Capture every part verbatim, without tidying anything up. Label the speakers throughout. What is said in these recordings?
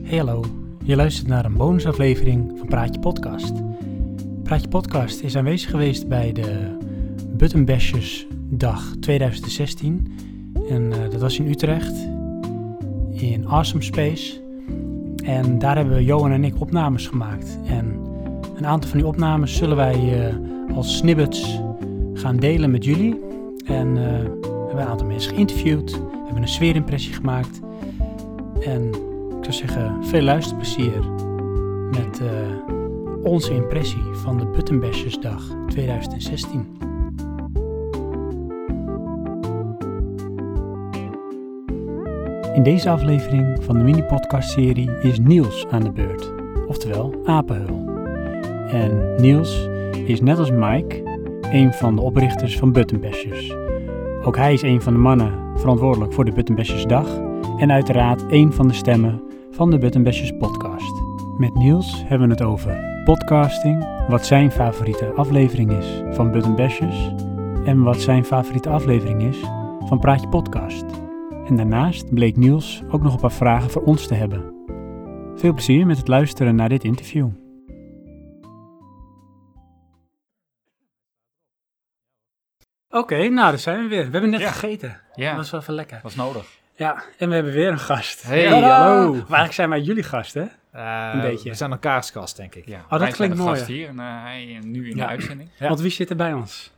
Speaker 1: Hey hallo, je luistert naar een bonusaflevering van Praatje Podcast. Praatje Podcast is aanwezig geweest bij de Button Bashers dag tweeduizend zestien. En uh, dat was in Utrecht, in Awesome Space. En daar hebben Johan en ik opnames gemaakt. En een aantal van die opnames zullen wij uh, als snippets gaan delen met jullie. En uh, we hebben een aantal mensen geïnterviewd, we hebben een sfeerimpressie gemaakt. En ik zou zeggen, veel luisterplezier met uh, onze impressie van de Button Bashers dag tweeduizend zestien. In deze aflevering van de mini-podcastserie is Niels aan de beurt, oftewel Apenhul. En Niels is net als Mike een van de oprichters van Button Bashers. Ook hij is een van de mannen verantwoordelijk voor de Button Bashers dag en uiteraard een van de stemmen van de Button Bashers podcast. Met Niels hebben we het over podcasting, wat zijn favoriete aflevering is van Button Bashers en wat zijn favoriete aflevering is van Praatje Podcast. En daarnaast bleek Niels ook nog een paar vragen voor ons te hebben. Veel plezier met het luisteren naar dit interview. Oké, okay, nou daar zijn we weer. We hebben net ja. gegeten.
Speaker 2: Ja.
Speaker 1: Dat was wel even lekker.
Speaker 2: Dat was nodig.
Speaker 1: Ja, en we hebben weer een gast.
Speaker 2: Hey,
Speaker 1: ja,
Speaker 2: hallo.
Speaker 1: Maar eigenlijk zijn wij jullie gast, hè?
Speaker 2: Uh,
Speaker 1: een beetje.
Speaker 2: We zijn elkaars gast, denk ik.
Speaker 1: Ja. Oh, dat wij klinkt mooi.
Speaker 2: gast hier en uh, hij nu in
Speaker 1: ja.
Speaker 2: de uitzending.
Speaker 1: Ja. Want wie zit er bij ons?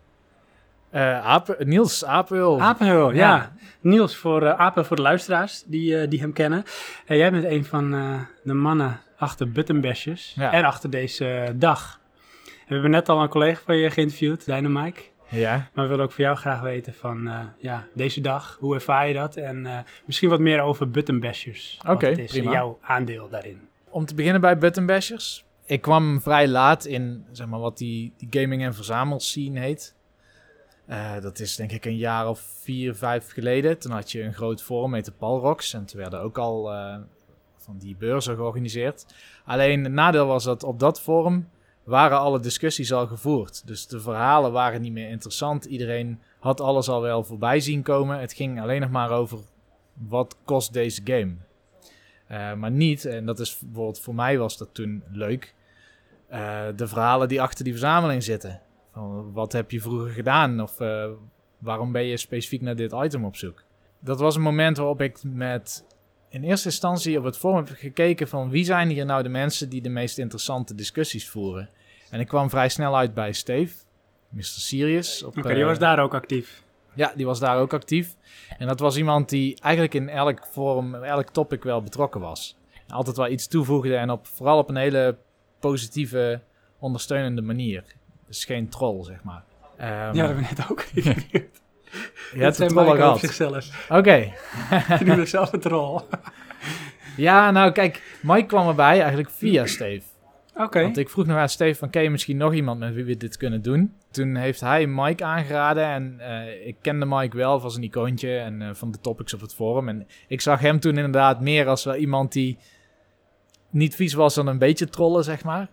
Speaker 2: Uh, Ape, Niels Apenhul.
Speaker 1: Apenhul, ja. ja. Niels voor uh, Apen voor de luisteraars die, uh, die hem kennen. Uh, jij bent een van uh, de mannen achter Button Bashers ja. en achter deze uh, dag. En we hebben net al een collega van je geïnterviewd, Dynamike.
Speaker 2: Ja.
Speaker 1: Maar we willen ook van jou graag weten van uh, ja, deze dag, hoe ervaar je dat? En uh, misschien wat meer over Button Bashers.
Speaker 2: Oké, okay,
Speaker 1: wat is
Speaker 2: prima.
Speaker 1: jouw aandeel daarin?
Speaker 2: Om te beginnen bij Button Bashers. Ik kwam vrij laat in, zeg maar, wat die, die gaming- en verzamelscene heet. Uh, dat is denk ik een jaar of vier, vijf geleden. Toen had je een groot forum, heette Palrox. En toen werden ook al uh, van die beurzen georganiseerd. Alleen het nadeel was dat op dat forum waren alle discussies al gevoerd. Dus de verhalen waren niet meer interessant. Iedereen had alles al wel voorbij zien komen. Het ging alleen nog maar over wat kost deze game. Uh, maar niet, en dat is bijvoorbeeld voor mij was dat toen leuk, uh, de verhalen die achter die verzameling zitten. Van, wat heb je vroeger gedaan? Of uh, waarom ben je specifiek naar dit item op zoek? Dat was een moment waarop ik met in eerste instantie op het forum heb gekeken van wie zijn hier nou de mensen die de meest interessante discussies voeren. En ik kwam vrij snel uit bij Steve, mister Serious.
Speaker 1: Oké, okay, die was daar ook actief.
Speaker 2: Ja, die was daar ook actief. En dat was iemand die eigenlijk in elk forum, elk topic wel betrokken was. En altijd wel iets toevoegde en op, vooral op een hele positieve, ondersteunende manier. Dus geen troll, zeg maar. Um,
Speaker 1: ja, dat hebben we net ook geïnterviewd.
Speaker 2: Je hebt een troll gehad.
Speaker 1: Op zichzelf.
Speaker 2: Oké. Okay.
Speaker 1: Die noemde zelf een troll.
Speaker 2: Ja, nou kijk, Mike kwam erbij eigenlijk via Steve.
Speaker 1: Oké. Okay.
Speaker 2: Want ik vroeg nog aan Steve van, ken je misschien nog iemand met wie we dit kunnen doen? Toen heeft hij Mike aangeraden en uh, ik kende Mike wel van zijn icoontje en uh, van de topics op het forum. En ik zag hem toen inderdaad meer als wel iemand die niet vies was dan een beetje trollen, zeg maar.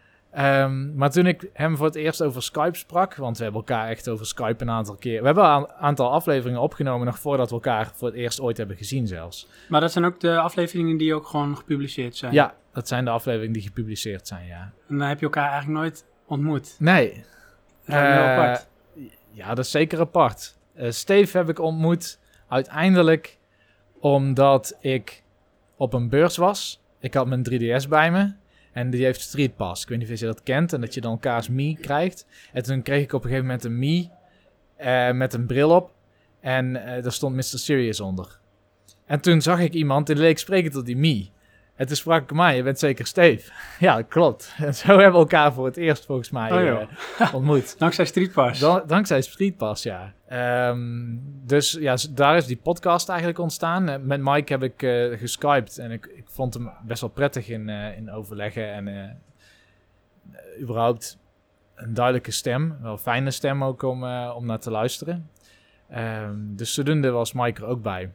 Speaker 2: Um, maar toen ik hem voor het eerst over Skype sprak, want we hebben elkaar echt over Skype een aantal keer... We hebben een aantal afleveringen opgenomen nog voordat we elkaar voor het eerst ooit hebben gezien zelfs.
Speaker 1: Maar dat zijn ook de afleveringen die ook gewoon gepubliceerd zijn?
Speaker 2: Ja, dat zijn de afleveringen die gepubliceerd zijn, ja.
Speaker 1: En dan heb je elkaar eigenlijk nooit ontmoet?
Speaker 2: Nee.
Speaker 1: Dat is uh, heel apart.
Speaker 2: Ja, dat is zeker apart. Uh, Steve heb ik ontmoet uiteindelijk omdat ik op een beurs was. Ik had mijn drie D S bij me. En die heeft Street Pass. Ik weet niet of je dat kent. En dat je dan elkaars Mii krijgt. En toen kreeg ik op een gegeven moment een Mii. Uh, met een bril op. En uh, daar stond mister Serious onder. En toen zag ik iemand. En die leek spreken tot die Mii. En toen sprak ik hem aan. Je bent zeker Steve. Ja, dat klopt. En zo hebben we elkaar voor het eerst volgens mij
Speaker 1: oh,
Speaker 2: uh, ontmoet.
Speaker 1: Dankzij Street Pass.
Speaker 2: Dan, dankzij Street Pass, ja. Um, dus ja, daar is die podcast eigenlijk ontstaan. Uh, met Mike heb ik uh, geskyped. En ik, ik vond hem best wel prettig in, uh, in overleggen. En uh, uh, überhaupt een duidelijke stem. Wel een fijne stem ook om, uh, om naar te luisteren. Um, dus zodoende was Mike er ook bij.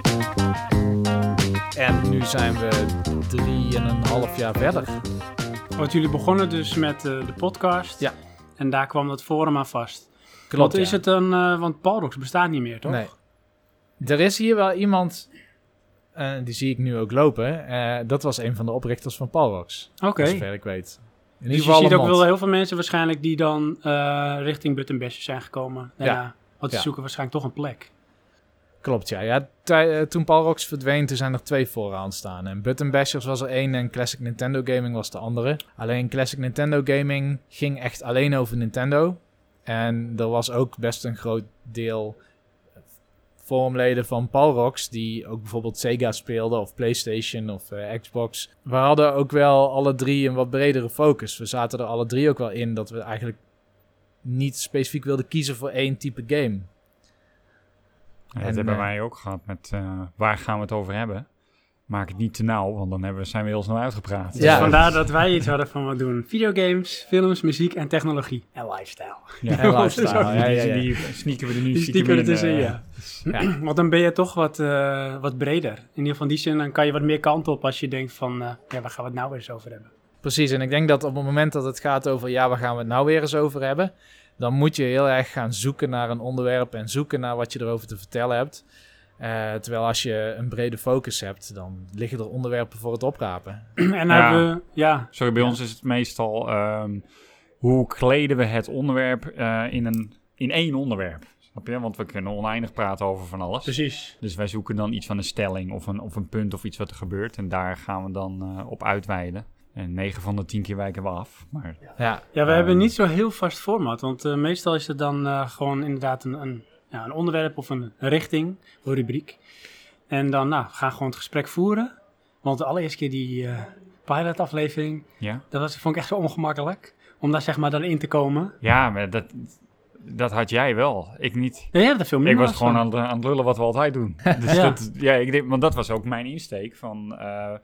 Speaker 2: En nu zijn we drie en een half jaar verder.
Speaker 1: Want jullie begonnen dus met uh, de podcast.
Speaker 2: Ja.
Speaker 1: En daar kwam dat forum aan vast.
Speaker 2: Klopt,
Speaker 1: Wat is
Speaker 2: ja.
Speaker 1: het dan? Uh, want Palrox bestaat niet meer, toch?
Speaker 2: Nee. Er is hier wel iemand, uh, die zie ik nu ook lopen. Uh, dat was een van de oprichters van Palrox.
Speaker 1: Oké. Okay.
Speaker 2: Zover ik weet. In
Speaker 1: dus
Speaker 2: ieder
Speaker 1: je
Speaker 2: geval
Speaker 1: ziet ook
Speaker 2: mod.
Speaker 1: wel heel veel mensen waarschijnlijk die dan uh, richting Button Bashers zijn gekomen. Daarna. Ja. Want die
Speaker 2: ja.
Speaker 1: zoeken waarschijnlijk toch een plek.
Speaker 2: Klopt, ja. ja tij, uh, toen Palrox verdween, toen zijn er twee vooraan staan. En Button Bashers was er één en Classic Nintendo Gaming was de andere. Alleen Classic Nintendo Gaming ging echt alleen over Nintendo. En er was ook best een groot deel forumleden van Palrox die ook bijvoorbeeld Sega speelden of PlayStation of uh, Xbox. We hadden ook wel alle drie een wat bredere focus. We zaten er alle drie ook wel in dat we eigenlijk niet specifiek wilden kiezen voor één type game.
Speaker 3: Ja, dat en, hebben uh, wij ook gehad met uh, waar gaan we het over hebben. Maak het niet te nauw, want dan hebben we, zijn we heel snel uitgepraat.
Speaker 1: Dus ja. Vandaar dat wij iets hadden van wat doen. Videogames, films, muziek en technologie. En lifestyle.
Speaker 2: Ja, en lifestyle. ja, ja, ja.
Speaker 3: Die, die sneaken we er nu
Speaker 1: die stiekem er tussenin,
Speaker 3: uh,
Speaker 1: ja. ja. Want dan ben je toch wat, uh, wat breder. In ieder geval in die zin, dan kan je wat meer kant op als je denkt van, uh, ja, waar gaan we het nou weer eens over hebben?
Speaker 2: Precies, en ik denk dat op het moment dat het gaat over, ja, waar gaan we het nou weer eens over hebben, dan moet je heel erg gaan zoeken naar een onderwerp en zoeken naar wat je erover te vertellen hebt. Uh, terwijl als je een brede focus hebt, dan liggen er onderwerpen voor het oprapen.
Speaker 1: en
Speaker 3: ja.
Speaker 1: hebben we, ja.
Speaker 3: Sorry, bij
Speaker 1: ja.
Speaker 3: ons is het meestal, um, hoe kleden we het onderwerp uh, in, een, in één onderwerp? Snap je? Want we kunnen oneindig praten over van alles.
Speaker 1: Precies.
Speaker 3: Dus wij zoeken dan iets van een stelling of een, of een punt of iets wat er gebeurt. En daar gaan we dan uh, op uitweiden. En negen van de tien keer wijken we af. Maar,
Speaker 2: ja,
Speaker 1: ja, we uh, hebben niet zo heel vast format. Want uh, meestal is het dan uh, gewoon inderdaad een, een, ja, een onderwerp of een richting, een rubriek. En dan nou, we gaan gewoon het gesprek voeren. Want de allereerste keer die uh, pilot-aflevering,
Speaker 3: ja?
Speaker 1: dat was, vond ik echt zo ongemakkelijk. Om daar zeg maar dan in te komen.
Speaker 3: Ja, maar dat, dat had jij wel. Ik niet.
Speaker 1: Ja, ja dat veel minder.
Speaker 3: Ik was gewoon aan het, aan het lullen wat we altijd doen. Dus
Speaker 1: ja.
Speaker 3: dat, ja, ik denk, want dat was ook mijn insteek van... Uh,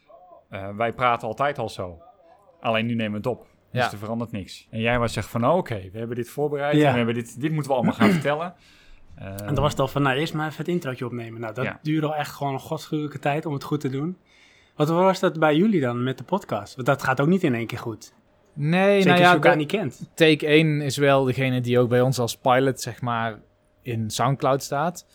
Speaker 3: Uh, wij praten altijd al zo. Alleen nu nemen we het op. Dus ja. er verandert niks. En jij was zegt van, oh, oké, okay, we hebben dit voorbereid. Ja. En we hebben dit, dit moeten we allemaal gaan vertellen. Uh,
Speaker 1: en dan was het al van, nou, eerst maar even het introotje opnemen. Nou, dat ja. duurde al echt gewoon een godsgruwelijke tijd om het goed te doen. Wat was dat bij jullie dan met de podcast? Want dat gaat ook niet in één keer goed.
Speaker 2: Nee,
Speaker 1: Zeker
Speaker 2: nou ja,
Speaker 1: als je elkaar niet kent.
Speaker 2: Take één is wel degene die ook bij ons als pilot, zeg maar, in Soundcloud staat.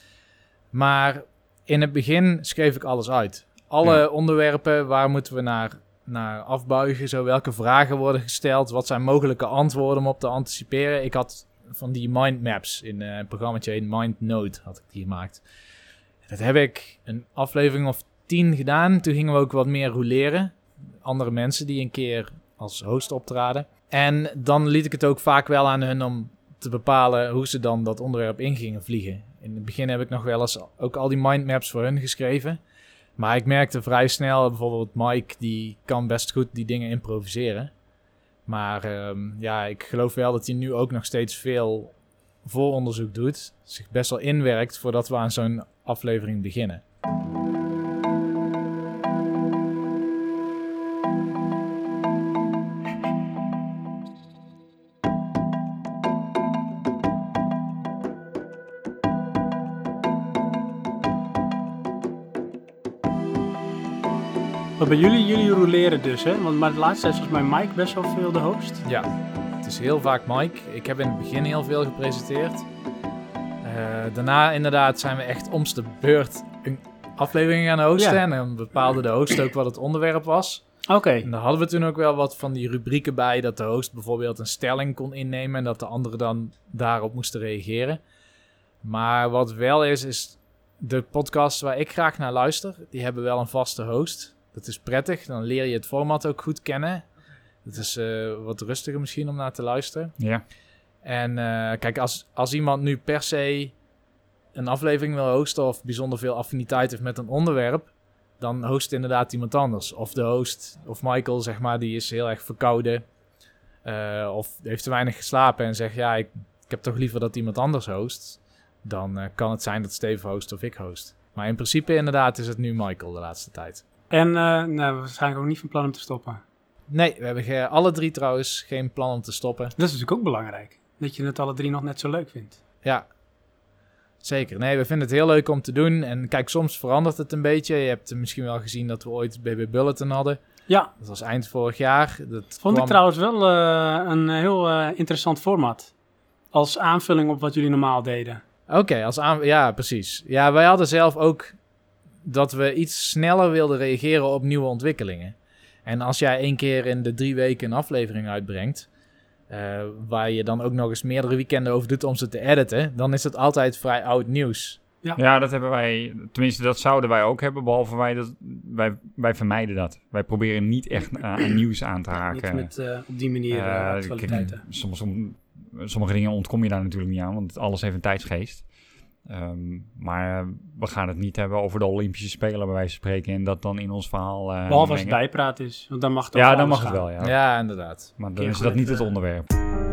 Speaker 2: Maar in het begin schreef ik alles uit. Alle ja. onderwerpen, waar moeten we naar, naar afbuigen? Zo, welke vragen worden gesteld? Wat zijn mogelijke antwoorden om op te anticiperen? Ik had van die mindmaps in uh, een programmaatje in MindNote had ik die gemaakt. Dat heb ik een aflevering of tien gedaan. Toen gingen we ook wat meer roleren. Andere mensen die een keer als host optraden. En dan liet ik het ook vaak wel aan hun om te bepalen hoe ze dan dat onderwerp in gingen vliegen. In het begin heb ik nog wel eens ook al die mindmaps voor hun geschreven. Maar ik merkte vrij snel, bijvoorbeeld Mike, die kan best goed die dingen improviseren. Maar um, ja, ik geloof wel dat hij nu ook nog steeds veel vooronderzoek doet. Zich best wel inwerkt voordat we aan zo'n aflevering beginnen.
Speaker 1: Maar bij jullie, jullie roleren dus, hè? Want maar de laatste tijd is volgens mij Mike best wel veel de host.
Speaker 2: Ja, het is heel vaak Mike. Ik heb in het begin heel veel gepresenteerd. Uh, daarna inderdaad zijn we echt om de beurt een aflevering gaan hosten. Ja. En dan bepaalde de host ook wat het onderwerp was.
Speaker 1: Oké. Okay.
Speaker 2: En dan hadden we toen ook wel wat van die rubrieken bij, dat de host bijvoorbeeld een stelling kon innemen en dat de anderen dan daarop moesten reageren. Maar wat wel is, is de podcasts waar ik graag naar luister, die hebben wel een vaste host. Dat is prettig, dan leer je het format ook goed kennen. Het is uh, wat rustiger misschien om naar te luisteren.
Speaker 3: Ja.
Speaker 2: En uh, kijk, als, als iemand nu per se een aflevering wil hosten of bijzonder veel affiniteit heeft met een onderwerp, dan host inderdaad iemand anders. Of de host, of Michael, zeg maar, die is heel erg verkouden. Uh, of heeft te weinig geslapen en zegt, ja, ik, ik heb toch liever dat iemand anders host. Dan uh, kan het zijn dat Steven host of ik host. Maar in principe inderdaad is het nu Michael de laatste tijd.
Speaker 1: En uh, nou, waarschijnlijk ook niet van plan om te stoppen.
Speaker 2: Nee, we hebben ge- alle drie trouwens geen plan om te stoppen.
Speaker 1: Dat is natuurlijk ook belangrijk. Dat je het alle drie nog net zo leuk vindt.
Speaker 2: Ja, zeker. Nee, we vinden het heel leuk om te doen. En kijk, soms verandert het een beetje. Je hebt misschien wel gezien dat we ooit B B Bulletin hadden.
Speaker 1: Ja.
Speaker 2: Dat was eind vorig jaar. Dat
Speaker 1: Vond
Speaker 2: kwam...
Speaker 1: ik trouwens wel uh, een heel uh, interessant format. Als aanvulling op wat jullie normaal deden.
Speaker 2: Oké, okay, als aan... ja, precies. Ja, wij hadden zelf ook dat we iets sneller wilden reageren op nieuwe ontwikkelingen. En als jij één keer in de drie weken een aflevering uitbrengt, uh, waar je dan ook nog eens meerdere weekenden over doet om ze te editen, dan is het altijd vrij oud nieuws.
Speaker 3: Ja. ja, dat hebben wij, tenminste dat zouden wij ook hebben, behalve wij, dat, wij, wij vermijden dat. Wij proberen niet echt uh, aan nieuws aan te haken.
Speaker 1: Niet met uh, op die manier uh, uh, actualiteiten.
Speaker 3: Kijk, soms, som, sommige dingen ontkom je daar natuurlijk niet aan, want alles heeft een tijdsgeest. Um, maar uh, we gaan het niet hebben over de Olympische Spelen, bij wijze van spreken, en dat dan in ons verhaal uh,
Speaker 1: behalve als het bijpraat is, want dan mag het ook
Speaker 3: Ja, dan mag
Speaker 1: gaan.
Speaker 3: het wel, ja.
Speaker 2: Ja, inderdaad.
Speaker 3: Maar dan is dat niet het onderwerp.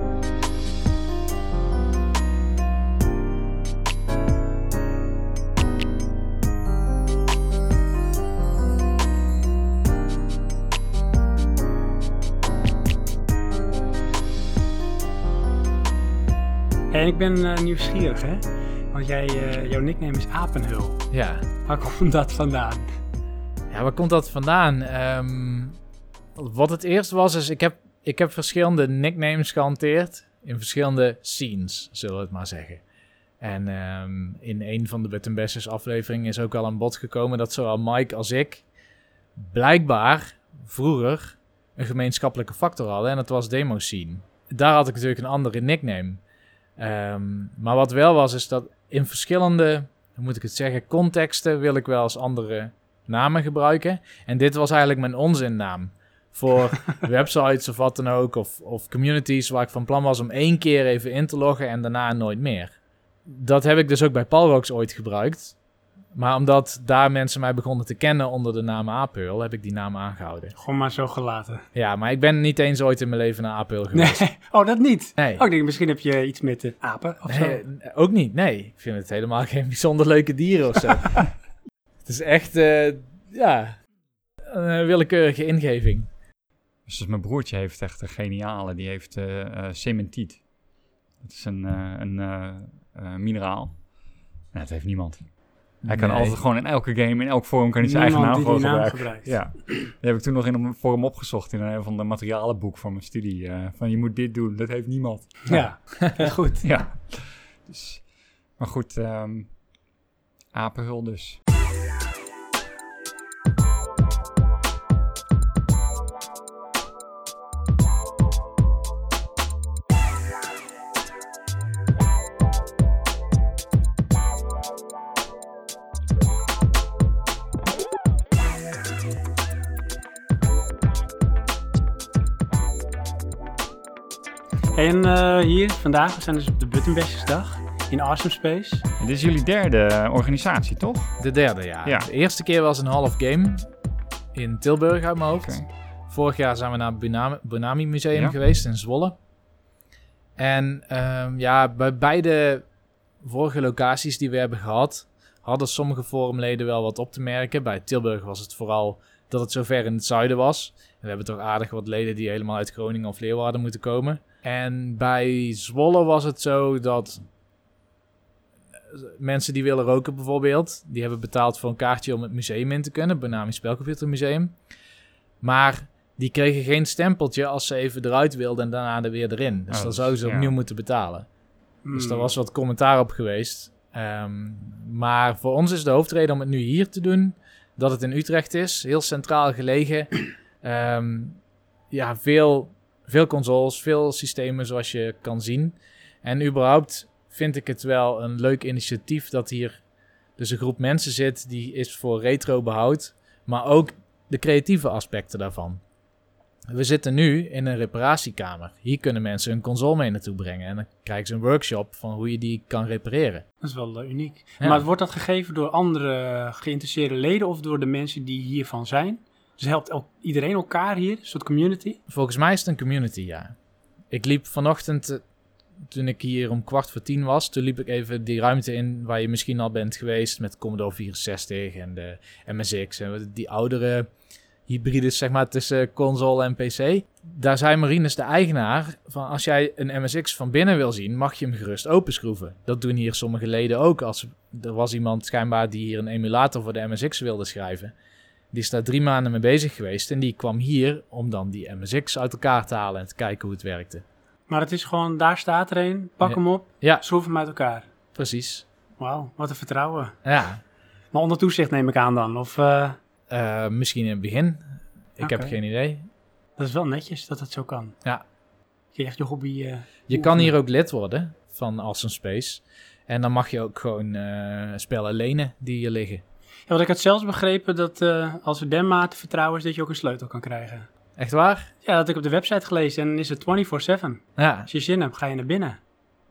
Speaker 1: En ik ben uh, nieuwsgierig, hè? Want jij, uh, jouw nickname is Apenhul.
Speaker 2: Ja.
Speaker 1: Waar komt dat vandaan?
Speaker 2: Ja, waar komt dat vandaan? Um, wat het eerst was, is ik heb, ik heb verschillende nicknames gehanteerd in verschillende scenes, zullen we het maar zeggen. En um, in een van de Button Bashers afleveringen is ook al aan bod gekomen dat zowel Mike als ik blijkbaar vroeger een gemeenschappelijke factor hadden en dat was demo scene. Daar had ik natuurlijk een andere nickname. Um, maar wat wel was, is dat in verschillende, hoe moet ik het zeggen, contexten wil ik wel eens andere namen gebruiken. En dit was eigenlijk mijn onzinnaam. Voor websites of wat dan ook, of, of communities waar ik van plan was om één keer even in te loggen en daarna nooit meer. Dat heb ik dus ook bij Palrox ooit gebruikt. Maar omdat daar mensen mij begonnen te kennen onder de naam Apenhul, heb ik die naam aangehouden.
Speaker 1: Gewoon maar zo gelaten.
Speaker 2: Ja, maar ik ben niet eens ooit in mijn leven naar Apenhul geweest.
Speaker 1: Nee, oh dat niet?
Speaker 2: Nee.
Speaker 1: Oh, ik denk, misschien heb je iets met de apen of
Speaker 2: nee,
Speaker 1: zo.
Speaker 2: Ook niet, nee. Ik vind het helemaal geen bijzonder leuke dieren of zo. Het is echt, uh, ja, een willekeurige ingeving.
Speaker 3: Dus mijn broertje heeft echt een geniale, die heeft uh, uh, cementiet. Dat is een, uh, een uh, uh, mineraal. En dat heeft niemand. Hij kan nee. altijd gewoon in elke game, in elk forum, kan hij zijn eigen naam gewoon gebruiken. Gebruikt. Ja, die heb ik toen nog in een forum opgezocht in een van de materialenboek van mijn studie. Uh, van je moet dit doen, dat heeft niemand.
Speaker 1: Ja, ja goed.
Speaker 3: Ja. Dus, maar goed, um, Apenhul dus.
Speaker 1: En uh, hier, vandaag, we zijn dus op de Button Bashers dag in Awesome Space.
Speaker 3: En dit is jullie derde organisatie, toch?
Speaker 2: De derde, ja. ja. De eerste keer was een Hall of Game in Tilburg uit mijn hoofd. Okay. Vorig jaar zijn we naar het Bonami, Bonami Museum ja. geweest in Zwolle. En um, ja, bij beide vorige locaties die we hebben gehad, hadden sommige forumleden wel wat op te merken. Bij Tilburg was het vooral dat het zo ver in het zuiden was. En we hebben toch aardig wat leden die helemaal uit Groningen of Leeuwarden moeten komen. En bij Zwolle was het zo dat mensen die willen roken bijvoorbeeld, die hebben betaald voor een kaartje om het museum in te kunnen, Bonami Spelcomputermuseum. Maar die kregen geen stempeltje als ze even eruit wilden en daarna er weer erin. Dus oh, dan zouden ze ja. opnieuw moeten betalen. Mm. Dus daar was wat commentaar op geweest. Um, maar voor ons is de hoofdreden om het nu hier te doen, dat het in Utrecht is, heel centraal gelegen. Um, ja, veel... Veel consoles, veel systemen zoals je kan zien. En überhaupt vind ik het wel een leuk initiatief dat hier dus een groep mensen zit die is voor retro behoud, maar ook de creatieve aspecten daarvan. We zitten nu in een reparatiekamer. Hier kunnen mensen een console mee naartoe brengen en dan krijgen ze een workshop van hoe je die kan repareren.
Speaker 1: Dat is wel uh, uniek. Ja. Maar wordt dat gegeven door andere geïnteresseerde leden of door de mensen die hiervan zijn? Dus helpt el- iedereen elkaar hier, een soort community?
Speaker 2: Volgens mij is het een community, ja. Ik liep vanochtend, uh, toen ik hier om kwart voor tien was, toen liep ik even die ruimte in waar je misschien al bent geweest met Commodore vierenzestig en de M S X en die oudere hybrides, zeg maar, tussen console en P C. Daar zei Marinus, de eigenaar, van als jij een M S X van binnen wil zien, mag je hem gerust openschroeven. Dat doen hier sommige leden ook. Als er was iemand schijnbaar die hier een emulator voor de M S X wilde schrijven. Die is daar drie maanden mee bezig geweest. En die kwam hier om dan die M S X uit elkaar te halen en te kijken hoe het werkte.
Speaker 1: Maar het is gewoon, daar staat er een, pak
Speaker 2: Ja.
Speaker 1: hem op,
Speaker 2: Ja,
Speaker 1: schroef hem uit elkaar.
Speaker 2: precies.
Speaker 1: Wauw, wat een vertrouwen.
Speaker 2: Ja,
Speaker 1: Maar onder toezicht neem ik aan dan, of uh,
Speaker 2: uh, misschien in het begin. Ik
Speaker 1: Oké.
Speaker 2: heb geen idee.
Speaker 1: dat is wel netjes dat het zo kan.
Speaker 2: Ja.
Speaker 1: Je echt je hobby... Uh,
Speaker 2: Je kan hier ook lid worden van Awesome Space. En dan mag je ook gewoon uh, spellen lenen die hier liggen.
Speaker 1: Ja, want ik had zelfs begrepen dat uh, als er dermate vertrouwen is, dat je ook een sleutel kan krijgen.
Speaker 2: Echt waar?
Speaker 1: Ja, dat had ik op de website gelezen en dan is het vierentwintig zeven.
Speaker 2: Ja.
Speaker 1: Als je zin hebt, ga je naar binnen.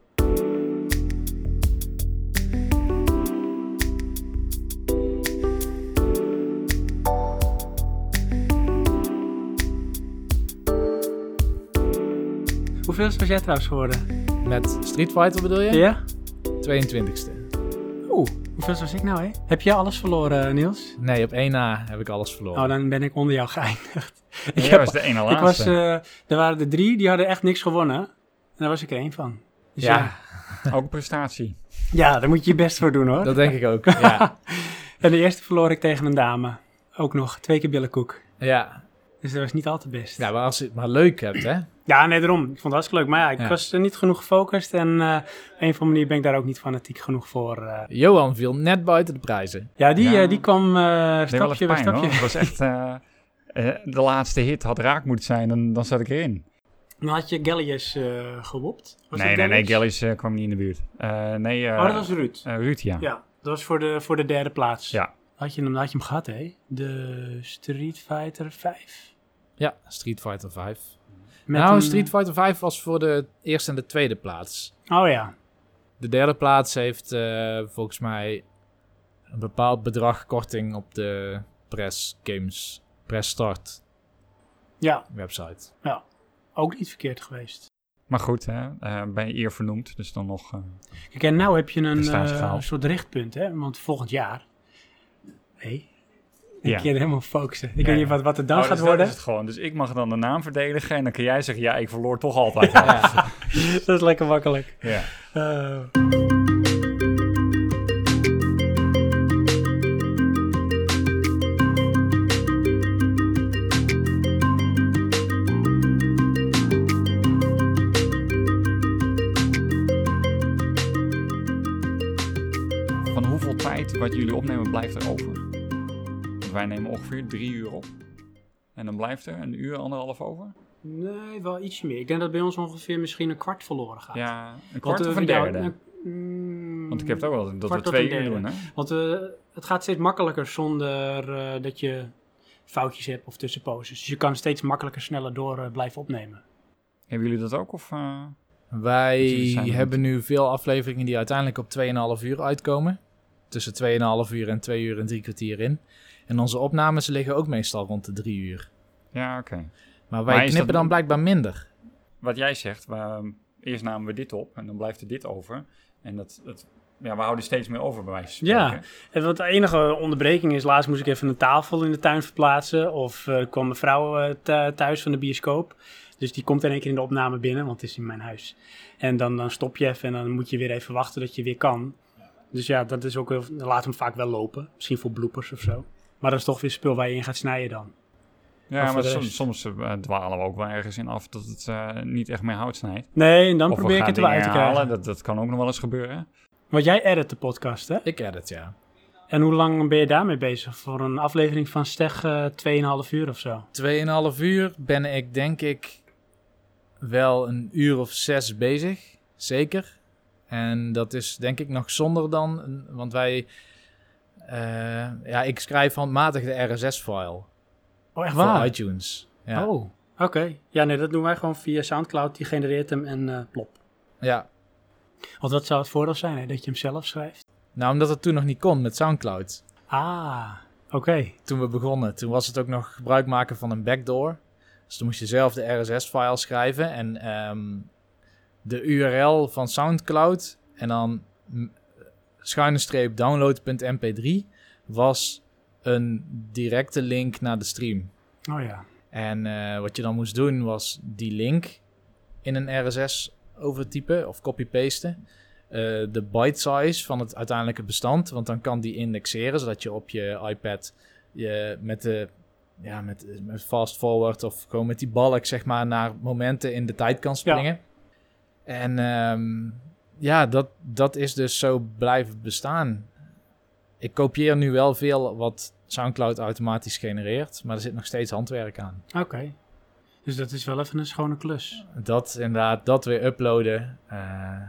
Speaker 1: Hoeveel was jij trouwens geworden?
Speaker 2: Met Street Fighter bedoel je?
Speaker 1: Ja?
Speaker 2: tweeëntwintigste.
Speaker 1: Oeh, hoeveel was ik nou, hè? Heb jij alles verloren, Niels?
Speaker 2: Nee, op één na heb ik alles verloren.
Speaker 1: Oh, dan ben ik onder jou geëindigd.
Speaker 3: Ik Jij was de ene laatste.
Speaker 1: Ik was, uh, er waren er drie, die hadden echt niks gewonnen. En daar was ik er één van. Dus
Speaker 2: ja.
Speaker 1: ja.
Speaker 3: Ook een prestatie.
Speaker 1: Ja, daar moet je je best voor doen, hoor.
Speaker 2: Dat denk ik ook, ja.
Speaker 1: En de eerste verloor ik tegen een dame. Ook nog, twee keer billenkoek.
Speaker 2: Ja.
Speaker 1: Dus dat was niet al te best.
Speaker 2: Ja, maar als je het maar leuk hebt, hè?
Speaker 1: Ja, nee, daarom. Ik vond het hartstikke leuk. Maar ja, ik
Speaker 2: Ja.
Speaker 1: was uh, niet genoeg gefocust. En uh, op een of andere manier ben ik daar ook niet fanatiek genoeg voor. Uh.
Speaker 2: Johan viel net buiten de prijzen.
Speaker 1: Ja, die,
Speaker 3: Ja.
Speaker 1: uh, die kwam uh,
Speaker 3: Dat deed wel
Speaker 1: stapje
Speaker 3: even
Speaker 1: bij
Speaker 3: pijn,
Speaker 1: stapje.
Speaker 3: hoor. Het was echt... Uh, uh, de laatste hit had raak moeten zijn en dan zat ik erin.
Speaker 1: Dan had je Gallius uh, gewopt. Was
Speaker 3: nee,
Speaker 1: het
Speaker 3: nee, nee,
Speaker 1: Gallius?
Speaker 3: Gallius uh, kwam niet in de buurt. Uh, nee, uh,
Speaker 1: Oh, dat was Ruud.
Speaker 3: uh, Ruud, ja.
Speaker 1: Ja, dat was voor de, voor de derde plaats.
Speaker 3: Ja.
Speaker 1: Had je hem, had je hem gehad, hè? De Street Fighter vijf.
Speaker 2: Ja, Street Fighter vijf.
Speaker 1: Met
Speaker 2: nou,
Speaker 1: een,
Speaker 2: Street Fighter vijf was voor de eerste en de tweede plaats.
Speaker 1: Oh ja.
Speaker 2: De derde plaats heeft uh, volgens mij een bepaald bedrag korting op de Press Games, Press Start
Speaker 1: Ja,
Speaker 2: website.
Speaker 1: ook niet verkeerd geweest.
Speaker 3: Maar goed, hè, uh, bij eer vernoemd, dus dan nog... Uh,
Speaker 1: Kijk, en nou heb je een
Speaker 3: Prestatie
Speaker 1: uh,
Speaker 3: gehaald.
Speaker 1: soort richtpunt, hè? Want volgend jaar... Nee. Ik
Speaker 3: Ja.
Speaker 1: kan er helemaal focussen. Ik
Speaker 3: Ja,
Speaker 1: weet niet
Speaker 3: ja.
Speaker 1: wat, wat het dan
Speaker 3: oh,
Speaker 1: gaat
Speaker 3: dus
Speaker 1: worden.
Speaker 3: Dat is het gewoon. Dus ik mag dan de naam verdedigen en dan kun jij zeggen, ja, ik verloor toch altijd.
Speaker 1: Ja. Ja. Dat is lekker makkelijk.
Speaker 3: Ja.
Speaker 1: Uh,
Speaker 3: Van hoeveel tijd wat jullie opnemen blijft er over? Want wij nemen ongeveer drie uur op. En dan blijft er een uur, anderhalf over?
Speaker 1: nee, wel ietsje meer. Ik denk dat bij ons ongeveer misschien een kwart verloren gaat.
Speaker 3: Ja, een kwart
Speaker 1: Want,
Speaker 3: of
Speaker 1: uh,
Speaker 3: een
Speaker 1: ja,
Speaker 3: derde.
Speaker 1: een- mm,
Speaker 3: Want ik heb het ook wel dat we
Speaker 1: kwart tot
Speaker 3: twee
Speaker 1: een
Speaker 3: uur
Speaker 1: derde.
Speaker 3: doen, hè?
Speaker 1: Want uh, het gaat steeds makkelijker zonder uh, dat je foutjes hebt of tussenposes. Dus je kan steeds makkelijker sneller door uh, blijven opnemen.
Speaker 3: Hebben jullie dat ook? Of, uh...
Speaker 2: Wij
Speaker 3: jullie zijn er
Speaker 2: hebben nu veel afleveringen die uiteindelijk op twee komma vijf uur uitkomen. Tussen twee komma vijf uur en twee uur en drie kwartier in. En onze opnames liggen ook meestal rond de drie uur.
Speaker 3: Ja, oké. Okay.
Speaker 2: Maar wij
Speaker 3: Maar is
Speaker 2: knippen
Speaker 3: dat-
Speaker 2: dan blijkbaar minder.
Speaker 3: Wat jij zegt, we, eerst namen we dit op en dan blijft er dit over. En dat, dat, ja, we houden steeds meer over bij wijze van
Speaker 1: Ja.
Speaker 3: spreken.
Speaker 1: En wat de enige onderbreking is, laatst moest ik even een tafel in de tuin verplaatsen. Of uh, kwam mijn vrouw uh, th- thuis van de bioscoop. Dus die komt in één keer in de opname binnen, want het is in mijn huis. En dan, dan stop je even en dan moet je weer even wachten dat je weer kan. Dus ja, dat is ook wel, dan laat hem vaak wel lopen. Misschien voor bloopers of zo. Maar dat is toch weer spul waar je in gaat snijden dan.
Speaker 3: Ja,
Speaker 1: Of
Speaker 3: maar
Speaker 1: voor de
Speaker 3: soms,
Speaker 1: rest.
Speaker 3: soms uh, dwalen we ook wel ergens in af dat het uh, niet echt meer hout snijdt.
Speaker 1: Nee, en dan
Speaker 3: Of we
Speaker 1: probeer ik
Speaker 3: gaan
Speaker 1: het er wel uit te
Speaker 3: dingen
Speaker 1: krijgen.
Speaker 3: herhalen, dat, dat kan ook nog wel eens gebeuren.
Speaker 1: Want jij edit de podcast, hè?
Speaker 2: Ik edit, ja.
Speaker 1: En hoe lang ben je daarmee bezig? Voor een aflevering van Steg uh, twee komma vijf uur of zo?
Speaker 2: twee komma vijf uur ben ik denk ik wel een uur of zes bezig. Zeker. En dat is denk ik nog zonder dan... een- Want wij... eh, ja, ik schrijf handmatig de R S S-file
Speaker 1: Oh, echt
Speaker 2: voor
Speaker 1: waar?
Speaker 2: iTunes. Ja.
Speaker 1: Oh, oké. Ja, nee, dat doen wij gewoon via Soundcloud. Die genereert hem en uh, plop.
Speaker 2: ja.
Speaker 1: Want wat zou het voordeel zijn, hè? Dat je hem zelf schrijft?
Speaker 2: Nou, omdat het toen nog niet kon met Soundcloud.
Speaker 1: Ah, oké.
Speaker 2: Toen we begonnen, toen was het ook nog gebruik maken van een backdoor. Dus toen moest je zelf de R S S-file schrijven en ehm, de U R L van Soundcloud en dan m- schuine streep download.mp drie was een directe link naar de stream.
Speaker 1: Oh ja.
Speaker 2: En eh, wat je dan moest doen was die link in een R S S overtypen of copy-pasten. Uh, de byte size van het uiteindelijke bestand, want dan kan die indexeren, zodat je op je iPad je met de ja, met, met fast forward of gewoon met die balk, zeg maar, naar momenten in de tijd kan springen. Ja. En um, ja, dat, dat is dus zo blijven bestaan. Ik kopieer nu wel veel wat SoundCloud automatisch genereert, maar er zit nog steeds handwerk aan.
Speaker 1: Oké. Okay. Dus dat is wel even een schone klus.
Speaker 2: Dat inderdaad, dat weer uploaden. Uh,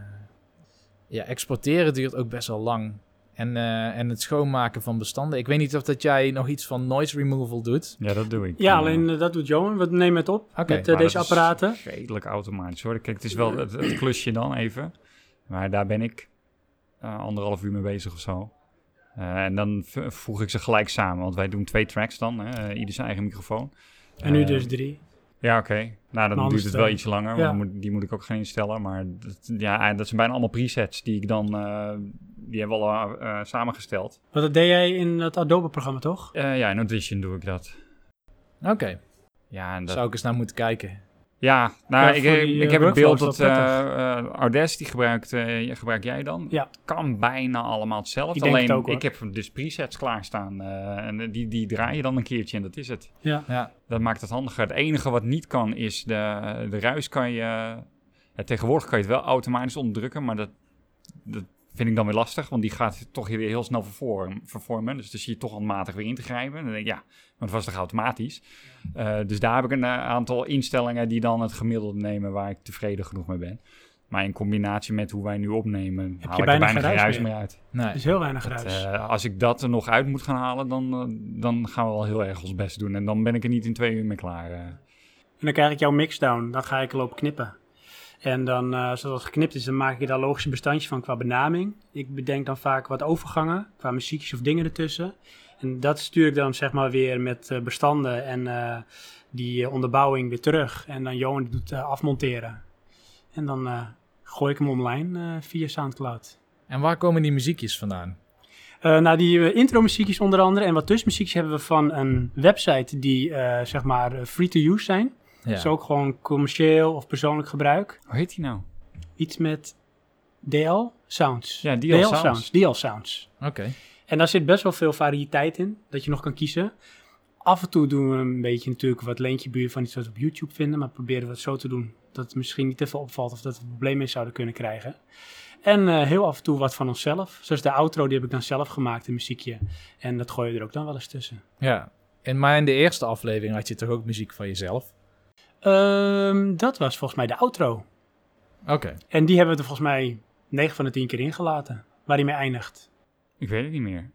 Speaker 2: ja, exporteren duurt ook best wel lang. En, uh, en het schoonmaken van bestanden. Ik weet niet of dat jij nog iets van noise removal doet.
Speaker 3: Ja, dat doe ik.
Speaker 1: Ja, uh, alleen uh, dat doet Johan. We nemen het op okay. met uh, deze apparaten.
Speaker 3: Is redelijk automatisch hoor. Kijk, het is wel het, het klusje dan even. Maar daar ben ik uh, anderhalf uur mee bezig of zo. Uh, en dan v- voeg ik ze gelijk samen. Want wij doen twee tracks dan. Hè, uh, ieder zijn eigen microfoon.
Speaker 1: En nu
Speaker 3: uh,
Speaker 1: dus drie.
Speaker 3: Ja, oké. Okay. Nou, dan duurt het wel iets langer.
Speaker 1: Ja.
Speaker 3: Want moet, die moet ik ook gaan instellen. Maar dat, ja, dat zijn bijna allemaal presets die ik dan... Uh, die hebben we al uh, samengesteld.
Speaker 1: Wat dat deed jij in het Adobe-programma, toch?
Speaker 3: Uh, ja, in Audition doe ik dat.
Speaker 2: Oké. Okay.
Speaker 3: Ja, en dat...
Speaker 2: Zou ik eens naar moeten kijken.
Speaker 3: Ja, nou,
Speaker 1: ja,
Speaker 3: ik,
Speaker 1: die,
Speaker 3: ik
Speaker 1: uh,
Speaker 3: heb het beeld dat uh, uh, Audacity gebruikt, uh, gebruik jij dan.
Speaker 1: Ja.
Speaker 3: Kan bijna allemaal hetzelfde.
Speaker 1: Ik
Speaker 3: Alleen,
Speaker 1: ook,
Speaker 3: ik heb dus presets klaarstaan. Uh, en die, die draai je dan een keertje en dat is het.
Speaker 1: Ja.
Speaker 2: Ja.
Speaker 3: Dat maakt het handiger. Het enige wat niet kan is de, de ruis kan je... Ja, tegenwoordig kan je het wel automatisch onderdrukken, maar dat, dat vind ik dan weer lastig. Want die gaat toch weer heel snel vervormen. vervormen dus dan zie je toch handmatig weer in te grijpen. En dan denk ik, ja, maar dat was toch automatisch. Uh, dus daar heb ik een uh, aantal instellingen die dan het gemiddelde nemen waar ik tevreden genoeg mee ben. Maar in combinatie met hoe wij nu opnemen,
Speaker 1: heb
Speaker 3: haal
Speaker 1: je
Speaker 3: ik er
Speaker 1: bijna
Speaker 3: bijna geen ruis meer uit.
Speaker 1: Nee. Het is heel weinig
Speaker 3: dat,
Speaker 1: ruis.
Speaker 3: Uh, als ik dat er nog uit moet gaan halen, dan, uh, dan gaan we wel heel erg ons best doen. En dan ben ik er niet in twee uur mee klaar. Uh.
Speaker 1: En dan krijg ik jouw mixdown. Dan ga ik lopen knippen. En dan, uh, zoals het geknipt is, dan maak ik daar logische bestandjes van qua benaming. Ik bedenk dan vaak wat overgangen, qua muziekjes of dingen ertussen. En dat stuur ik dan zeg maar weer met uh, bestanden en uh, die uh, onderbouwing weer terug. En dan Johan die doet uh, afmonteren. En dan uh, gooi ik hem online uh, via Soundcloud.
Speaker 2: En waar komen die muziekjes vandaan?
Speaker 1: Uh, nou, die uh, intro muziekjes onder andere en wat tussenmuziekjes hebben we van een website die uh, zeg maar uh, free to use zijn.
Speaker 2: Ja.
Speaker 1: Dus ook gewoon commercieel of persoonlijk gebruik.
Speaker 3: Hoe heet die nou?
Speaker 1: Iets met D L Sounds.
Speaker 3: Ja, D L, D L Sounds. Sounds.
Speaker 1: D L Sounds.
Speaker 2: Oké. Okay.
Speaker 1: En daar zit best wel veel variëteit in, dat je nog kan kiezen. Af en toe doen we een beetje natuurlijk wat leentje buur van iets wat we op YouTube vinden, maar proberen we het zo te doen dat het misschien niet te veel opvalt of dat we problemen mee zouden kunnen krijgen. En uh, heel af en toe wat van onszelf. Zoals de outro, die heb ik dan zelf gemaakt, een muziekje. En dat gooi je er ook dan wel eens tussen.
Speaker 2: Ja, en maar in de eerste aflevering had je toch ook muziek van jezelf?
Speaker 1: Um, dat was volgens mij de outro.
Speaker 2: Oké. Okay.
Speaker 1: En die hebben we er volgens mij negen van de tien keer ingelaten, waar die mee eindigt.
Speaker 3: Ik weet het niet meer.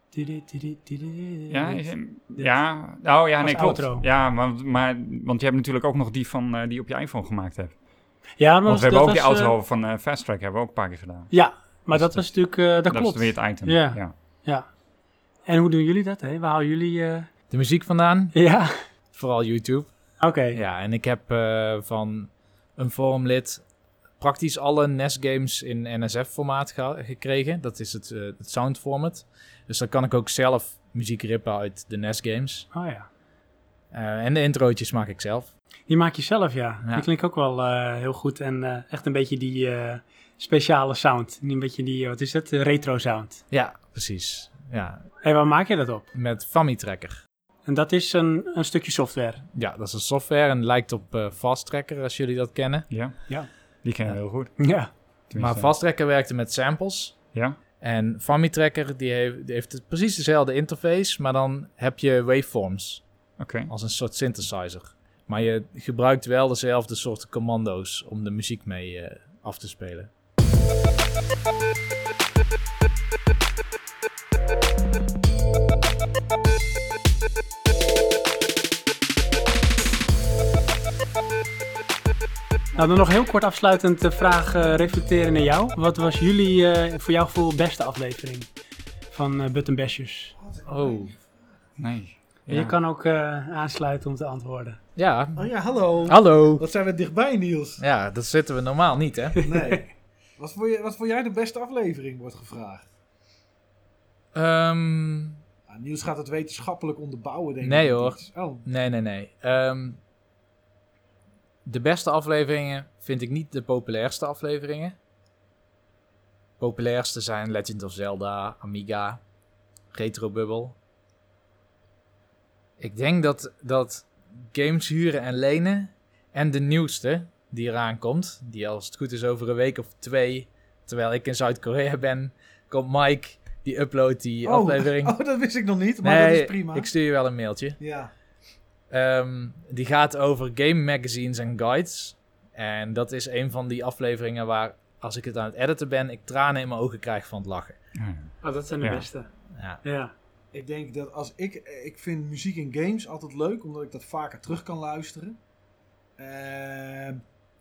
Speaker 3: Ja, is hem, ja, oh ja, nee, klopt. Outro. Ja, maar, maar, want je hebt natuurlijk ook nog die van uh, die op je iPhone gemaakt hebt.
Speaker 1: Ja, maar
Speaker 3: want we hebben ook
Speaker 1: was,
Speaker 3: die outro
Speaker 1: uh,
Speaker 3: van uh, Fast Track hebben we ook een paar keer gedaan.
Speaker 1: Ja, maar dus dat, dat was natuurlijk, uh, dat, dat klopt.
Speaker 3: Dat is weer het item.
Speaker 1: Ja.
Speaker 3: Ja.
Speaker 1: ja. En hoe doen jullie dat? Hè? Waar halen jullie uh...
Speaker 2: de muziek vandaan?
Speaker 1: Ja.
Speaker 2: Vooral YouTube.
Speaker 1: Oké. Okay.
Speaker 2: Ja, en ik heb uh, van een forumlid praktisch alle N E S games in N S F-formaat ge- gekregen. Dat is het, uh, het sound format. Dus dan kan ik ook zelf muziek rippen uit de N E S games.
Speaker 1: Oh ja.
Speaker 2: Uh, en de introotjes maak ik zelf.
Speaker 1: Die maak je zelf, ja. ja. Die klinkt ook wel uh, heel goed. En uh, echt een beetje die uh, speciale sound. Een beetje die, wat is het? De retro sound.
Speaker 2: Ja, precies. Ja.
Speaker 1: En waar maak je dat op?
Speaker 2: Met FamiTracker.
Speaker 1: En dat is een, een stukje software?
Speaker 2: Ja, dat is een software en lijkt op uh, Fast Tracker, als jullie dat kennen.
Speaker 3: Ja,
Speaker 1: ja.
Speaker 3: Die kennen
Speaker 2: ja.
Speaker 3: we heel goed.
Speaker 1: Ja.
Speaker 2: Tenminste. Maar Fast Tracker werkte met samples.
Speaker 3: Ja.
Speaker 2: En FamiTracker, die heeft, die heeft precies dezelfde interface, maar dan heb je waveforms.
Speaker 3: Oké. Okay.
Speaker 2: Als een soort synthesizer. Maar je gebruikt wel dezelfde soorten commando's om de muziek mee uh, af te spelen.
Speaker 1: Nou, dan nog heel kort afsluitend de vraag uh, reflecteren naar jou. Wat was jullie, uh, voor jouw gevoel, beste aflevering van uh, Button Bashers?
Speaker 2: Oh,
Speaker 3: nee.
Speaker 1: Ja. Je kan ook uh, aansluiten om te antwoorden.
Speaker 2: Ja.
Speaker 4: Oh ja, hallo.
Speaker 2: Hallo.
Speaker 4: Wat zijn we dichtbij, Niels.
Speaker 2: Ja, dat zitten we normaal niet, hè?
Speaker 4: Nee. Wat vond, je, wat vond jij de beste aflevering, wordt gevraagd?
Speaker 2: Um,
Speaker 4: nou, Niels gaat het wetenschappelijk onderbouwen, denk ik.
Speaker 2: Nee hoor.
Speaker 4: Oh.
Speaker 2: Nee, nee, nee. Um, de beste afleveringen vind ik niet de populairste afleveringen. Populairste zijn Legend of Zelda, Amiga, Retro Bubble. Ik denk dat, dat games huren en lenen en de nieuwste die eraan komt, die als het goed is over een week of twee, terwijl ik in Zuid-Korea ben, komt Mike, die uploadt die
Speaker 4: Oh,
Speaker 2: aflevering.
Speaker 4: oh, dat wist ik nog niet, maar
Speaker 2: nee,
Speaker 4: dat is prima.
Speaker 2: ik stuur je wel een mailtje.
Speaker 4: Ja.
Speaker 2: Um, die gaat over game magazines en guides. En dat is een van die afleveringen waar, als ik het aan het editen ben, ik tranen in mijn ogen krijg van het lachen.
Speaker 1: Oh, dat zijn de
Speaker 3: Ja.
Speaker 1: beste.
Speaker 2: Ja.
Speaker 1: Ja.
Speaker 4: Ik denk dat als ik... Ik vind muziek en games altijd leuk, omdat ik dat vaker terug kan luisteren. Ehm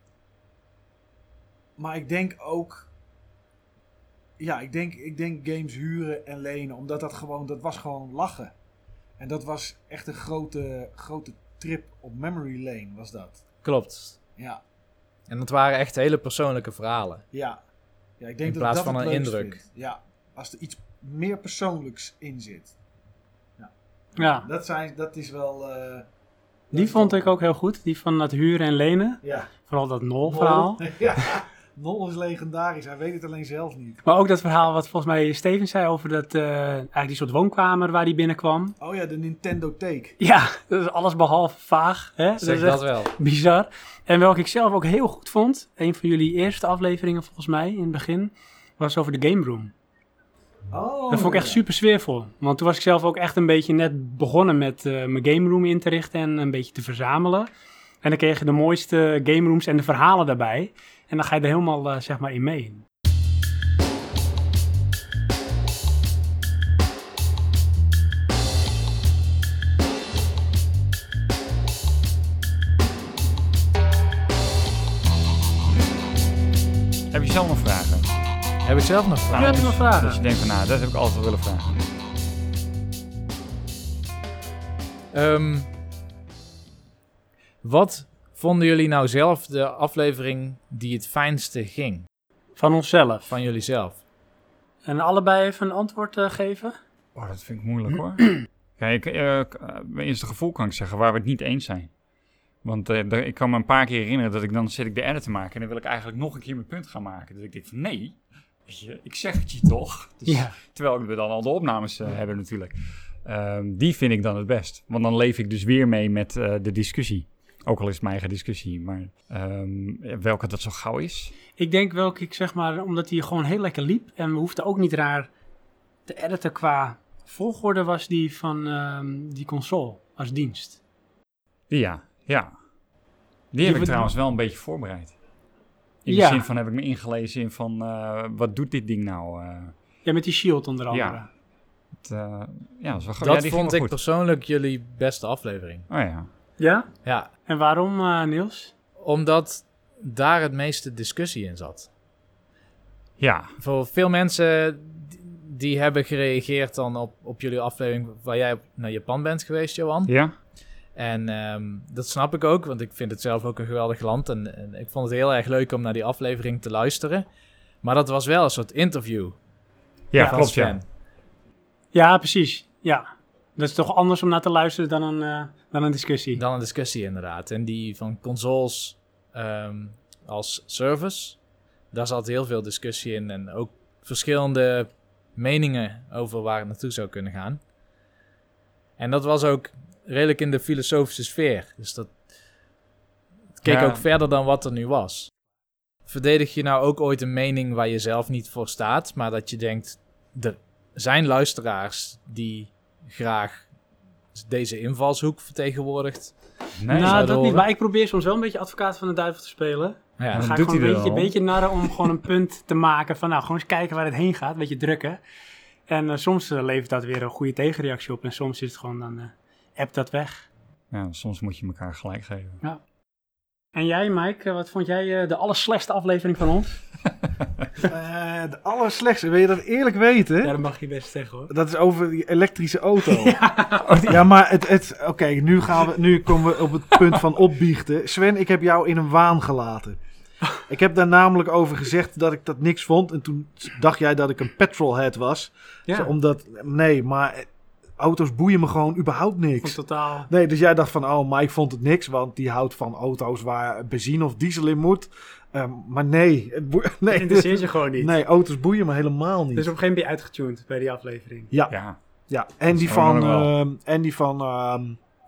Speaker 4: maar ik denk ook... Ja, ik denk, ik denk games huren en lenen, omdat dat gewoon... Dat was gewoon lachen. En dat was echt een grote, grote trip op memory lane, was dat.
Speaker 2: Klopt.
Speaker 4: Ja,
Speaker 2: En dat waren echt hele persoonlijke verhalen.
Speaker 4: ja. ja ik denk
Speaker 2: In
Speaker 4: dat
Speaker 2: plaats
Speaker 4: ik dat
Speaker 2: van
Speaker 4: het
Speaker 2: een
Speaker 4: leukst
Speaker 2: indruk.
Speaker 4: vind. Ja, als er iets meer persoonlijks in zit.
Speaker 1: Ja,
Speaker 4: Dat, zijn, dat is wel... eh, dat
Speaker 1: die
Speaker 4: is
Speaker 1: vond
Speaker 4: wel-
Speaker 1: ik ook heel goed. Die van het huren en lenen.
Speaker 4: Ja.
Speaker 1: Vooral dat Nol-verhaal.
Speaker 4: Nol. Ja, Nol is legendarisch. Hij weet het alleen zelf niet.
Speaker 1: Maar ook dat verhaal wat volgens mij Steven zei over dat, eh, eigenlijk die soort woonkamer waar hij binnenkwam.
Speaker 4: Oh ja, de Nintendo Take.
Speaker 1: Ja, dat is alles behalve vaag. Hè? Dat
Speaker 2: Zeg
Speaker 1: is
Speaker 2: dat
Speaker 1: echt
Speaker 2: wel.
Speaker 1: bizar. En welke ik zelf ook heel goed vond, een van jullie eerste afleveringen volgens mij in het begin, was over de Game Room.
Speaker 4: Oh,
Speaker 1: Dat vond ik echt
Speaker 4: ja.
Speaker 1: super sfeervol. Want toen was ik zelf ook echt een beetje net begonnen met uh, mijn game room in te richten en een beetje te verzamelen. En dan kreeg je de mooiste game rooms en de verhalen daarbij. En dan ga je er helemaal uh, zeg maar in mee.
Speaker 3: Heb je zelf nog vragen?
Speaker 2: Heb ik zelf nog vragen?
Speaker 1: Ja, heb je nog vragen?
Speaker 3: Dus je denkt van, nou, dat heb ik altijd wel willen vragen.
Speaker 2: Um, wat vonden jullie nou zelf de aflevering die het fijnste ging?
Speaker 1: Van onszelf.
Speaker 2: Van jullie zelf?
Speaker 1: En allebei even een antwoord uh, geven?
Speaker 3: Oh, dat vind ik moeilijk hoor. Kijk, uh, mijn eerste gevoel kan ik zeggen waar we het niet eens zijn. Want uh, de, ik kan me een paar keer herinneren dat ik dan zit ik de edit te maken en dan wil ik eigenlijk nog een keer mijn punt gaan maken. Dus ik denk van nee, weet je, ik zeg het je toch. Dus,
Speaker 1: Ja.
Speaker 3: Terwijl we dan al de opnames uh, hebben natuurlijk. Um, die vind ik dan het best. Want dan leef ik dus weer mee met uh, de discussie. Ook al is het mijn eigen discussie, maar um, welke dat zo gauw is.
Speaker 1: Ik denk welke ik zeg maar, omdat hij gewoon heel lekker liep. En we hoefden ook niet raar te editen qua volgorde, was die van um, die console als dienst.
Speaker 3: Ja, ja. Die heb ik trouwens wel een beetje voorbereid. In
Speaker 1: ja.
Speaker 3: de zin van heb ik me ingelezen in van uh, wat doet dit ding nou? Uh,
Speaker 1: ja, met die shield onder andere.
Speaker 3: Ja. Het, uh, ja, dat is wel,
Speaker 2: dat
Speaker 3: ja, die
Speaker 2: vond ik
Speaker 3: goed.
Speaker 2: persoonlijk jullie beste aflevering.
Speaker 3: Oh ja.
Speaker 1: Ja?
Speaker 2: Ja.
Speaker 1: En waarom, uh, Niels?
Speaker 2: Omdat daar het meeste discussie in zat.
Speaker 3: Ja.
Speaker 2: Voor veel mensen die, die hebben gereageerd dan op, op jullie aflevering waar jij naar Japan bent geweest, Johan.
Speaker 3: Ja.
Speaker 2: En um, dat snap ik ook, want ik vind het zelf ook een geweldig land. En, en ik vond het heel erg leuk om naar die aflevering te luisteren. Maar dat was wel een soort interview.
Speaker 3: Ja,
Speaker 1: Ja,
Speaker 3: klopt,
Speaker 2: Sven.
Speaker 3: ja.
Speaker 1: Ja, precies. Ja. Dat is toch anders om naar te luisteren dan een, uh, dan een discussie.
Speaker 2: Dan een discussie inderdaad. En die van consoles um, als service, daar zat heel veel discussie in. En ook verschillende meningen over waar het naartoe zou kunnen gaan. En dat was ook redelijk in de filosofische sfeer. Dus dat het keek
Speaker 3: Ja.
Speaker 2: ook verder dan wat er nu was. Verdedig je nou ook ooit een mening waar je zelf niet voor staat, maar dat je denkt, er zijn luisteraars die graag deze invalshoek vertegenwoordigt?
Speaker 3: Nee,
Speaker 1: nou,
Speaker 2: zou
Speaker 1: dat
Speaker 2: er
Speaker 1: niet.
Speaker 2: horen.
Speaker 1: Maar ik probeer soms wel een beetje advocaat van de duivel te spelen.
Speaker 2: Ja,
Speaker 1: Dan
Speaker 3: dat
Speaker 1: ga ik
Speaker 3: doet
Speaker 1: gewoon
Speaker 3: hij
Speaker 1: een beetje,
Speaker 3: wel.
Speaker 1: een beetje narren om gewoon een punt te maken van, nou, gewoon eens kijken waar het heen gaat. Een beetje drukken. En uh, soms uh, levert dat weer een goede tegenreactie op. En soms is het gewoon, dan uh, appt dat weg.
Speaker 3: Ja, soms moet je elkaar gelijk geven.
Speaker 1: En jij, Mike, uh, wat vond jij uh, de allerslechtste aflevering van ons?
Speaker 4: Uh, de allerslechtste, wil je dat eerlijk weten?
Speaker 1: Ja, dat mag je best zeggen, hoor.
Speaker 4: Dat is over die elektrische auto. Ja, ja maar het, het, oké, okay, nu, gaan we, nu komen we op het punt van opbiechten. Sven, ik heb jou in een waan gelaten. Ik heb daar namelijk over gezegd dat ik dat niks vond. En toen dacht jij dat ik een petrolhead was.
Speaker 1: Ja,
Speaker 4: Zo, omdat, nee, maar auto's boeien me gewoon überhaupt niks.
Speaker 1: vond totaal...
Speaker 4: Nee, dus jij dacht van, oh, Mike vond het niks. Want die houdt van auto's waar benzine of diesel in moet. Um, maar nee. Het boe-
Speaker 1: Dat
Speaker 4: nee,
Speaker 1: interesseert je gewoon niet.
Speaker 4: nee, auto's boeien me helemaal niet.
Speaker 1: Dus op een gegeven moment ben je uitgetuned bij die aflevering.
Speaker 4: Ja,
Speaker 3: Ja.
Speaker 4: ja. En, die
Speaker 3: Dat is gewoon
Speaker 4: van,
Speaker 3: wel.
Speaker 4: um, en die van... Um,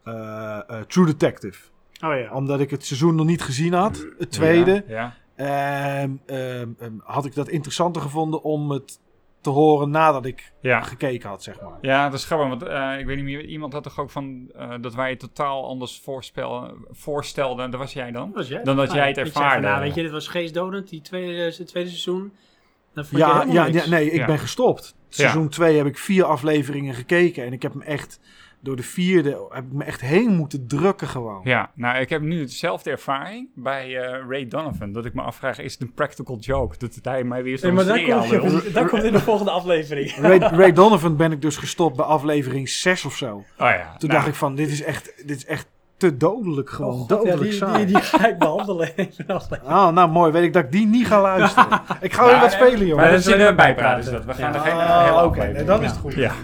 Speaker 4: uh, uh, True Detective.
Speaker 1: Oh ja.
Speaker 4: Omdat ik het seizoen nog niet gezien had, het tweede.
Speaker 3: Ja, ja.
Speaker 4: Um, um, um, had ik dat interessanter gevonden om het te horen nadat ik
Speaker 3: ja.
Speaker 4: gekeken had, zeg maar.
Speaker 3: Ja, dat is grappig, want uh, ik weet niet meer, iemand had toch ook van uh, dat wij het totaal anders voorspel, voorstelden, dat was jij dan?
Speaker 1: Was jij?
Speaker 3: Dan dat
Speaker 1: ah,
Speaker 3: jij het
Speaker 1: ik
Speaker 3: ervaarde.
Speaker 1: Zeg van, nou, weet je, dit was geestdodend, die tweede, het tweede seizoen. Dat vond
Speaker 4: Ja,
Speaker 1: je
Speaker 4: ja,
Speaker 1: niks.
Speaker 4: ja, nee, ik
Speaker 3: ja.
Speaker 4: ben gestopt. Seizoen twee heb ik vier afleveringen gekeken en ik heb me echt, door de vierde, heb ik me echt heen moeten drukken gewoon.
Speaker 3: Ja, nou, ik heb nu dezelfde ervaring bij uh, Ray Donovan, dat ik me afvraag, is het een practical joke? Dat hij mij weer zo'n
Speaker 1: nee, maar
Speaker 3: serie
Speaker 1: dat komt,
Speaker 3: wil.
Speaker 1: dat komt in de volgende aflevering.
Speaker 4: Ray, Ray Donovan ben ik dus gestopt bij aflevering zes of zo.
Speaker 3: Oh ja.
Speaker 4: Toen
Speaker 3: nou.
Speaker 4: dacht ik van, dit is echt, dit is echt te dodelijk gewoon.
Speaker 1: Oh, God,
Speaker 4: dodelijk
Speaker 1: ja, die,
Speaker 4: saai.
Speaker 1: die, die ga ik behandelen.
Speaker 4: Ah, nou mooi. Weet ik dat ik die niet ga luisteren. Ik ga weer
Speaker 3: Ja,
Speaker 4: wat
Speaker 3: nee,
Speaker 4: spelen, joh.
Speaker 3: Maar dat
Speaker 1: is
Speaker 3: zit
Speaker 1: alleen
Speaker 3: er
Speaker 1: maar
Speaker 3: bijpraten, is
Speaker 1: bijpraten.
Speaker 3: dat. We gaan
Speaker 1: Ja.
Speaker 3: er geen
Speaker 4: Ah,
Speaker 3: hele
Speaker 4: oké,
Speaker 3: aflevering.
Speaker 4: nee, dan is
Speaker 3: Ja.
Speaker 4: het goed.
Speaker 3: Ja.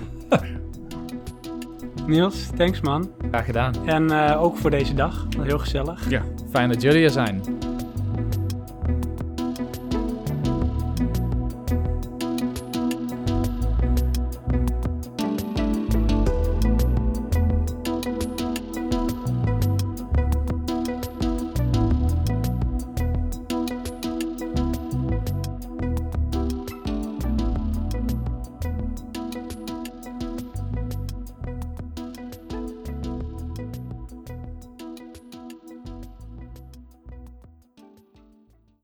Speaker 1: Niels, thanks man.
Speaker 2: Graag gedaan.
Speaker 1: En uh, ook voor deze dag. Heel gezellig.
Speaker 2: Ja, fijn dat jullie er zijn.